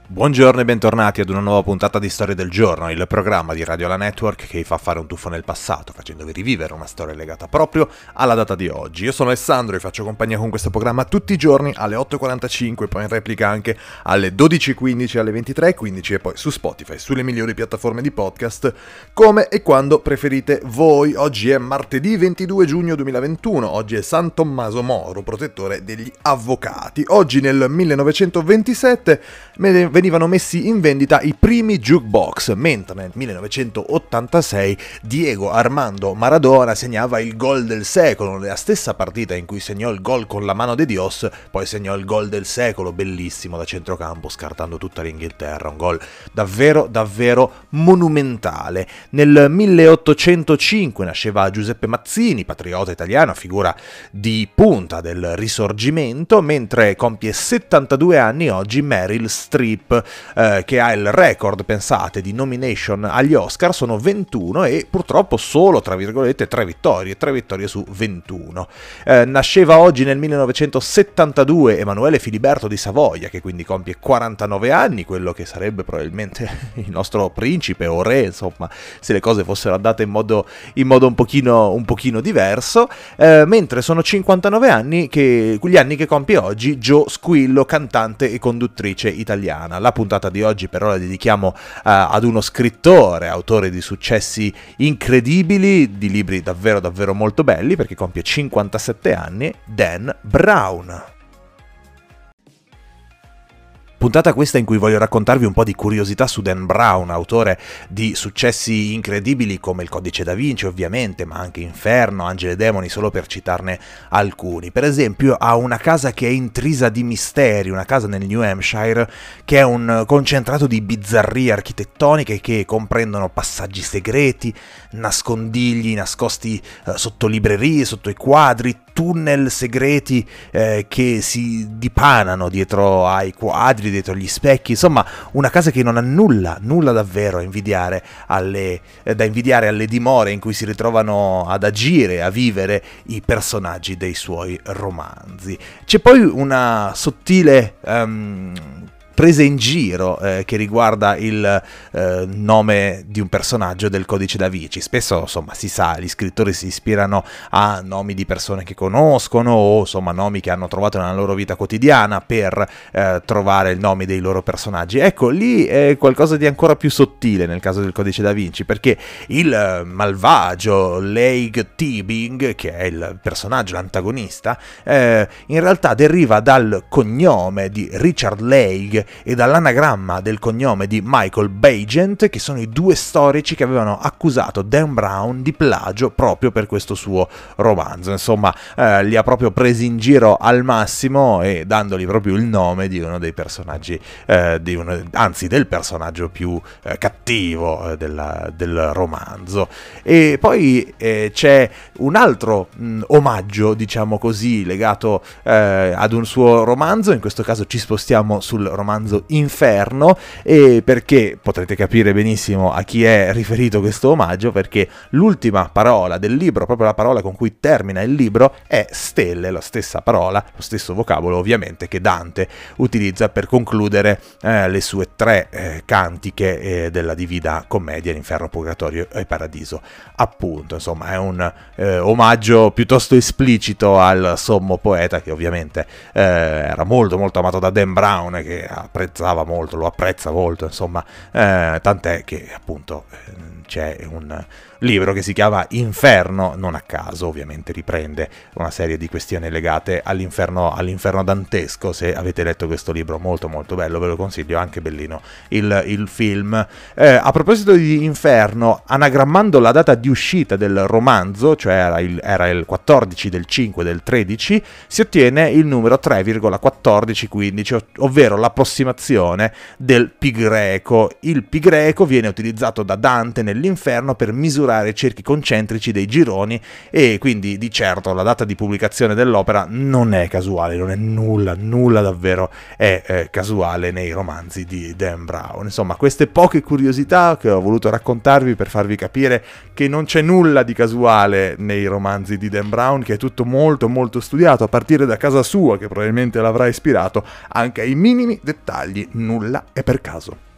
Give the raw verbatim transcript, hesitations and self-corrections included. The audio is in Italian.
Buongiorno e bentornati ad una nuova puntata di Storie del Giorno, il programma di Radio La Network che vi fa fare un tuffo nel passato, facendovi rivivere una storia legata proprio alla data di oggi. Io sono Alessandro e faccio compagnia con questo programma tutti i giorni alle otto e quarantacinque, poi in replica anche alle dodici e quindici, alle ventitré e quindici e poi su Spotify, sulle migliori piattaforme di podcast, come e quando preferite voi. Oggi è martedì ventidue giugno duemilaventuno, oggi è San Tommaso Moro, protettore degli avvocati. Oggi nel millenovecentoventisette venivano messi in vendita i primi jukebox, mentre nel millenovecentottantasei Diego Armando Maradona segnava il gol del secolo, nella stessa partita in cui segnò il gol con la mano de Dios, poi segnò il gol del secolo, bellissimo da centrocampo, scartando tutta l'Inghilterra, un gol davvero davvero monumentale. Nel milleottocentocinque nasceva Giuseppe Mazzini, patriota italiano, figura di punta del Risorgimento, mentre compie settantadue anni oggi Meryl Streep, eh, che ha il record, pensate, di nomination agli Oscar, sono ventuno e purtroppo solo, tra virgolette, tre vittorie, tre vittorie su ventuno. Eh, nasceva oggi nel millenovecentosettantadue Emanuele Filiberto di Savoia, che quindi compie quarantanove anni, quello che sarebbe probabilmente il nostro principe o re, insomma, se le cose fossero andate in modo, in modo un pochino, un pochino diverso, eh, mentre sono cinquantanove anni che, gli anni che compie oggi Jo Squillo, cantante e conduttrice italiana. La puntata di oggi però la dedichiamo uh, ad uno scrittore, autore di successi incredibili, di libri davvero davvero molto belli, perché compie cinquantasette anni, Dan Brown. Puntata questa in cui voglio raccontarvi un po' di curiosità su Dan Brown, autore di successi incredibili come Il Codice da Vinci ovviamente, ma anche Inferno, Angeli e Demoni, solo per citarne alcuni. Per esempio ha una casa che è intrisa di misteri, una casa nel New Hampshire che è un concentrato di bizzarrie architettoniche che comprendono passaggi segreti, nascondigli nascosti eh, sotto librerie, sotto i quadri, tunnel segreti eh, che si dipanano dietro ai quadri, dietro gli specchi, insomma una casa che non ha nulla, nulla davvero a invidiare alle, eh, da invidiare alle dimore in cui si ritrovano ad agire, a vivere i personaggi dei suoi romanzi. C'è poi una sottile um, presa in giro eh, che riguarda il eh, nome di un personaggio del Codice da Vinci. Spesso, insomma, si sa, gli scrittori si ispirano a nomi di persone che conoscono o, insomma, nomi che hanno trovato nella loro vita quotidiana per eh, trovare il nome dei loro personaggi. Ecco, lì è qualcosa di ancora più sottile nel caso del Codice da Vinci, perché il malvagio Leigh Teabing, che è il personaggio, l'antagonista, eh, in realtà deriva dal cognome di Richard Leigh e dall'anagramma del cognome di Michael Bagent, che sono i due storici che avevano accusato Dan Brown di plagio proprio per questo suo romanzo. Insomma, eh, li ha proprio presi in giro al massimo e dandogli proprio il nome di uno dei personaggi, eh, di uno, anzi del personaggio più eh, cattivo eh, della, del romanzo. E poi eh, c'è un altro mh, omaggio, diciamo così, legato eh, ad un suo romanzo. In questo caso ci spostiamo sul romanzo Inferno, e perché potrete capire benissimo a chi è riferito questo omaggio, perché l'ultima parola del libro, proprio la parola con cui termina il libro, è stelle, la stessa parola, lo stesso vocabolo ovviamente che Dante utilizza per concludere eh, le sue tre eh, cantiche eh, della Divina Commedia, l'Inferno, Purgatorio e Paradiso, appunto. Insomma, è un eh, omaggio piuttosto esplicito al sommo poeta, che ovviamente eh, era molto molto amato da Dan Brown, che apprezzava molto, lo apprezza molto, insomma, eh, tant'è che appunto eh, c'è un libro che si chiama Inferno, non a caso ovviamente riprende una serie di questioni legate all'inferno, all'inferno dantesco. Se avete letto questo libro, molto molto bello, ve lo consiglio, anche bellino il, il film. Eh, a proposito di Inferno, anagrammando la data di uscita del romanzo, cioè era il, era il quattordici del cinque del tredici, si ottiene il numero tre virgola quattordici quindici, ovvero l'approssimazione del pi greco. Il pi greco viene utilizzato da Dante nell'Inferno per misurare misurare i cerchi concentrici dei gironi, e quindi di certo la data di pubblicazione dell'opera non è casuale, non è nulla, nulla davvero è eh, casuale nei romanzi di Dan Brown. Insomma, queste poche curiosità che ho voluto raccontarvi per farvi capire che non c'è nulla di casuale nei romanzi di Dan Brown, che è tutto molto molto studiato a partire da casa sua, che probabilmente l'avrà ispirato, anche ai minimi dettagli, nulla è per caso.